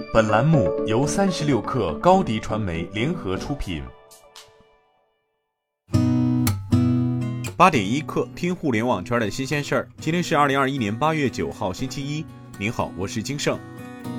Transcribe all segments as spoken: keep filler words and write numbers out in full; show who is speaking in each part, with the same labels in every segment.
Speaker 1: 本栏目由三十六氪高迪传媒联合出品。
Speaker 2: 八点一刻，听互联网圈的新鲜事儿。今天是二零二一年八月九号，星期一。您好，我是金盛。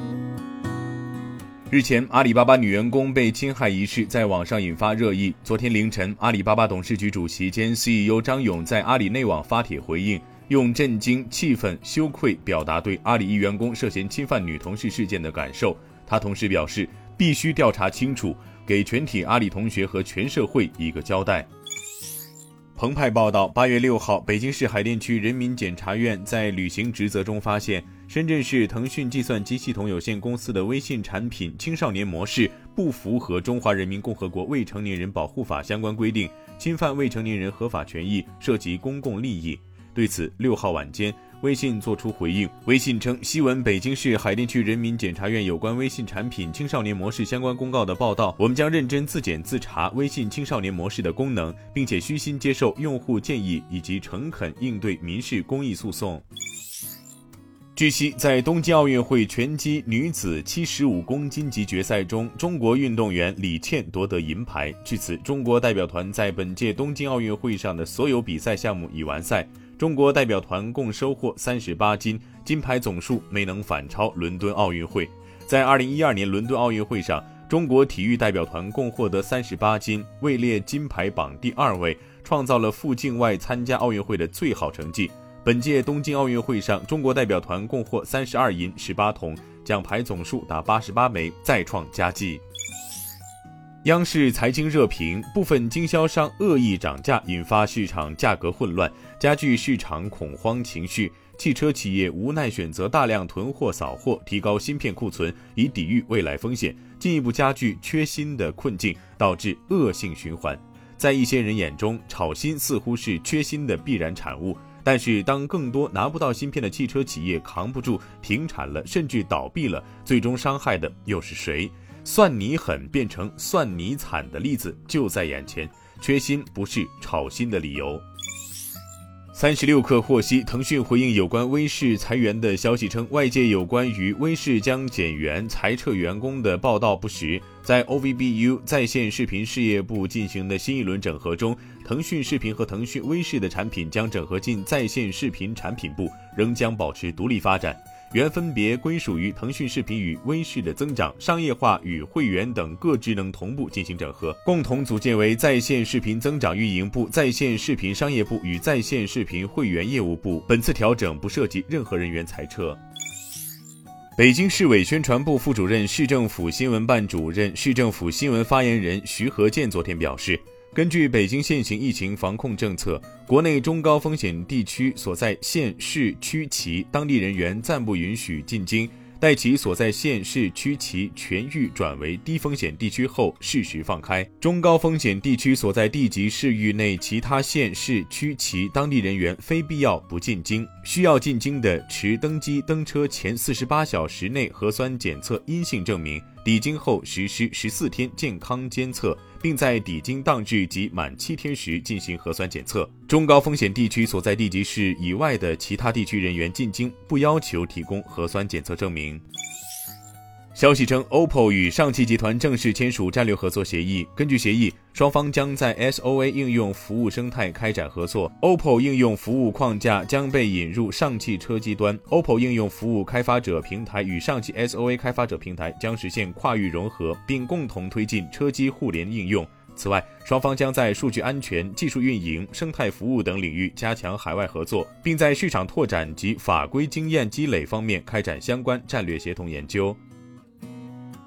Speaker 2: 日前，阿里巴巴女员工被侵害一事在网上引发热议。昨天凌晨，阿里巴巴董事局主席兼 C E O 张勇在阿里内网发帖回应，用震惊、气愤、羞愧表达对阿里一员工涉嫌侵犯女同事事件的感受。他同时表示，必须调查清楚，给全体阿里同学和全社会一个交代。澎湃报道，八月六号，北京市海淀区人民检察院在履行职责中发现，深圳市腾讯计算机系统有限公司的微信产品青少年模式不符合中华人民共和国未成年人保护法相关规定，侵犯未成年人合法权益，涉及公共利益。对此，六号晚间，微信作出回应。微信称，悉闻北京市海淀区人民检察院有关微信产品青少年模式相关公告的报道，我们将认真自检自查微信青少年模式的功能，并且虚心接受用户建议，以及诚恳应对民事公益诉讼。据悉，在东京奥运会拳击女子七十五公斤级决赛中，中国运动员李倩夺得银牌。据此，中国代表团在本届东京奥运会上的所有比赛项目已完赛。中国代表团共收获三十八金，金牌总数没能反超伦敦奥运会。在二零一二年伦敦奥运会上，中国体育代表团共获得三十八金，位列金牌榜第二位，创造了赴境外参加奥运会的最好成绩。本届东京奥运会上，中国代表团共获三十二银十八铜，奖牌总数达八十八枚，再创佳绩。央视财经热评，部分经销商恶意涨价，引发市场价格混乱，加剧市场恐慌情绪。汽车企业无奈选择大量囤货扫货，提高芯片库存，以抵御未来风险，进一步加剧缺芯的困境，导致恶性循环。在一些人眼中，炒芯似乎是缺芯的必然产物，但是当更多拿不到芯片的汽车企业扛不住，停产了，甚至倒闭了，最终伤害的又是谁？算你狠变成算你惨的例子就在眼前，缺芯不是炒芯的理由。三十六氪获悉，腾讯回应有关微视裁员的消息称，外界有关于微视将减员裁撤员工的报道不实。在 O V B U 在线视频事业部进行的新一轮整合中，腾讯视频和腾讯微视的产品将整合进在线视频产品部，仍将保持独立发展。原分别归属于腾讯视频与微视的增长、商业化与会员等各职能同步进行整合，共同组建为在线视频增长运营部、在线视频商业部与在线视频会员业务部。本次调整不涉及任何人员裁撤。北京市委宣传部副主任、市政府新闻办主任、市政府新闻发言人徐和建昨天表示，根据北京现行疫情防控政策，国内中高风险地区所在县市区其当地人员暂不允许进京，待其所在县市区其痊愈转为低风险地区后适时放开。中高风险地区所在地级市域内其他县市区其当地人员非必要不进京，需要进京的持登机登车前四十八小时内核酸检测阴性证明，抵京后实施十四天健康监测，并在抵京当日及满七天时进行核酸检测。中高风险地区所在地级市以外的其他地区人员进京不要求提供核酸检测证明。消息称 O P P O 与上汽集团正式签署战略合作协议，根据协议，双方将在 S O A 应用服务生态开展合作。 O P P O 应用服务框架将被引入上汽车机端， O P P O 应用服务开发者平台与上汽 S O A 开发者平台将实现跨域融合，并共同推进车机互联应用。此外，双方将在数据安全、技术运营、生态服务等领域加强海外合作，并在市场拓展及法规经验积累方面开展相关战略协同研究。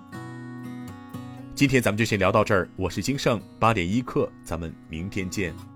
Speaker 2: 今天咱们就先聊到这儿，我是金盛，八点一刻，咱们明天见。